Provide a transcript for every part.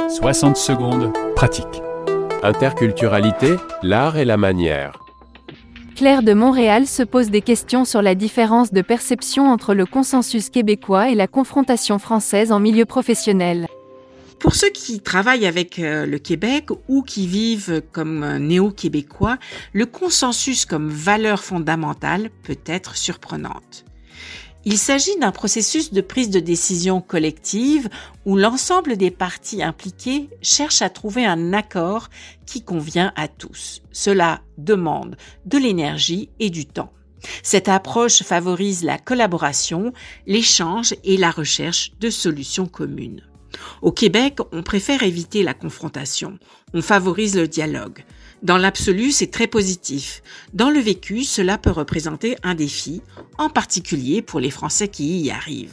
60 secondes, pratique. Interculturalité, l'art et la manière. Claire de Montréal se pose des questions sur la différence de perception entre le consensus québécois et la confrontation française en milieu professionnel. Pour ceux qui travaillent avec le Québec ou qui vivent comme néo-québécois, le consensus comme valeur fondamentale peut être surprenante. Il s'agit d'un processus de prise de décision collective où l'ensemble des parties impliquées cherchent à trouver un accord qui convient à tous. Cela demande de l'énergie et du temps. Cette approche favorise la collaboration, l'échange et la recherche de solutions communes. Au Québec, on préfère éviter la confrontation. On favorise le dialogue. Dans l'absolu, c'est très positif. Dans le vécu, cela peut représenter un défi, en particulier pour les Français qui y arrivent.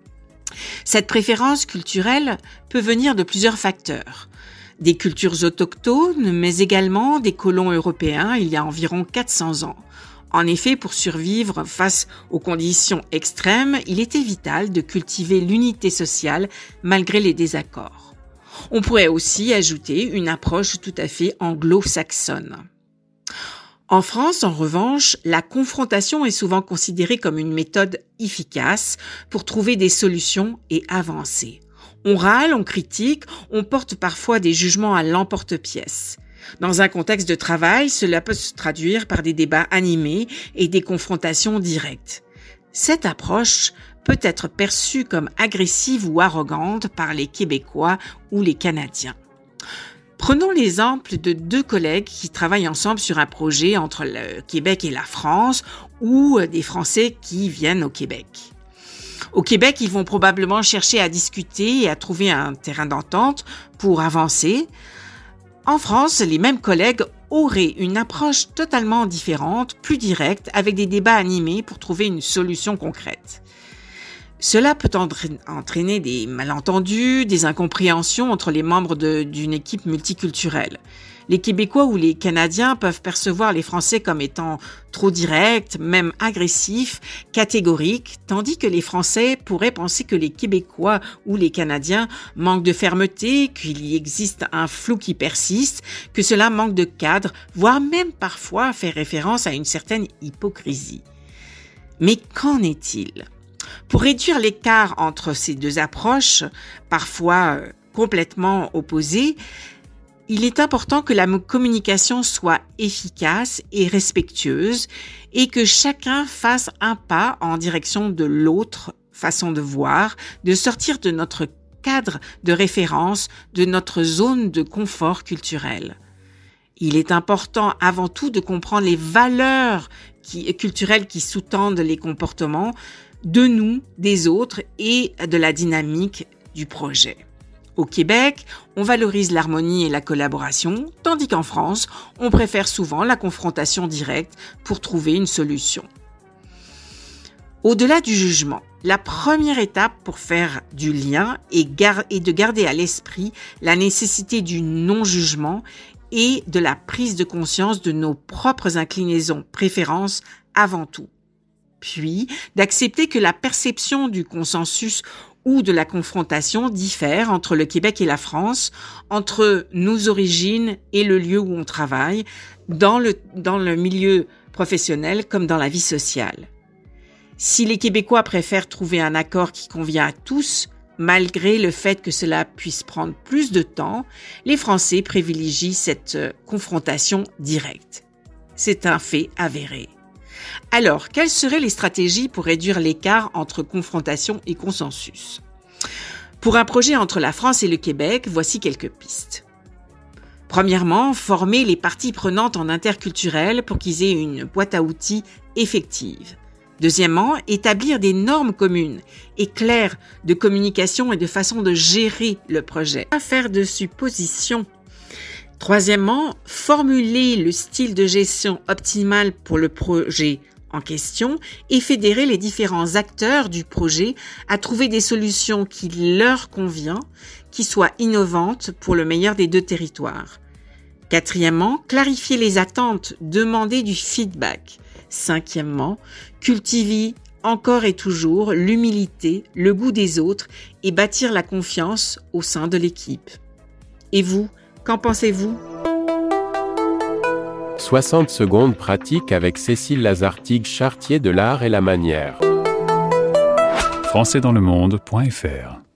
Cette préférence culturelle peut venir de plusieurs facteurs. Des cultures autochtones, mais également des colons européens il y a environ 400 ans. En effet, pour survivre face aux conditions extrêmes, il était vital de cultiver l'unité sociale malgré les désaccords. On pourrait aussi ajouter une approche tout à fait anglo-saxonne. En France, en revanche, la confrontation est souvent considérée comme une méthode efficace pour trouver des solutions et avancer. On râle, on critique, on porte parfois des jugements à l'emporte-pièce. Dans un contexte de travail, cela peut se traduire par des débats animés et des confrontations directes. Cette approche peut être perçue comme agressive ou arrogante par les Québécois ou les Canadiens. Prenons l'exemple de deux collègues qui travaillent ensemble sur un projet entre le Québec et la France ou des Français qui viennent au Québec. Au Québec, ils vont probablement chercher à discuter et à trouver un terrain d'entente pour avancer. En France, les mêmes collègues auraient une approche totalement différente, plus directe, avec des débats animés pour trouver une solution concrète. Cela peut entraîner des malentendus, des incompréhensions entre les membres d'une équipe multiculturelle. Les Québécois ou les Canadiens peuvent percevoir les Français comme étant trop directs, même agressifs, catégoriques, tandis que les Français pourraient penser que les Québécois ou les Canadiens manquent de fermeté, qu'il y existe un flou qui persiste, que cela manque de cadre, voire même parfois faire référence à une certaine hypocrisie. Mais qu'en est-il ? Pour réduire l'écart entre ces deux approches, parfois complètement opposées, il est important que la communication soit efficace et respectueuse et que chacun fasse un pas en direction de l'autre façon de voir, de sortir de notre cadre de référence, de notre zone de confort culturel. Il est important avant tout de comprendre les valeurs culturelles qui sous-tendent les comportements de nous, des autres et de la dynamique du projet. Au Québec, on valorise l'harmonie et la collaboration, tandis qu'en France, on préfère souvent la confrontation directe pour trouver une solution. Au-delà du jugement, la première étape pour faire du lien est de garder à l'esprit la nécessité du non-jugement et de la prise de conscience de nos propres inclinaisons, préférences avant tout. Puis, d'accepter que la perception du consensus ou de la confrontation diffère entre le Québec et la France, entre nos origines et le lieu où on travaille, dans le milieu professionnel comme dans la vie sociale. Si les Québécois préfèrent trouver un accord qui convient à tous, malgré le fait que cela puisse prendre plus de temps, les Français privilégient cette confrontation directe. C'est un fait avéré. Alors, quelles seraient les stratégies pour réduire l'écart entre confrontation et consensus ? Pour un projet entre la France et le Québec, voici quelques pistes. Premièrement, former les parties prenantes en interculturel pour qu'ils aient une boîte à outils effective. Deuxièmement, établir des normes communes et claires de communication et de façon de gérer le projet. Pas faire de suppositions. Troisièmement, formuler le style de gestion optimal pour le projet en question et fédérer les différents acteurs du projet à trouver des solutions qui leur conviennent, qui soient innovantes pour le meilleur des deux territoires. Quatrièmement, clarifier les attentes, demander du feedback. Cinquièmement, cultiver encore et toujours l'humilité, le goût des autres et bâtir la confiance au sein de l'équipe. Et vous, qu'en pensez-vous? 60 secondes pratiques avec Cécile Lazartigue-Chartier de l'art et la manière. Françaisdanslemonde.fr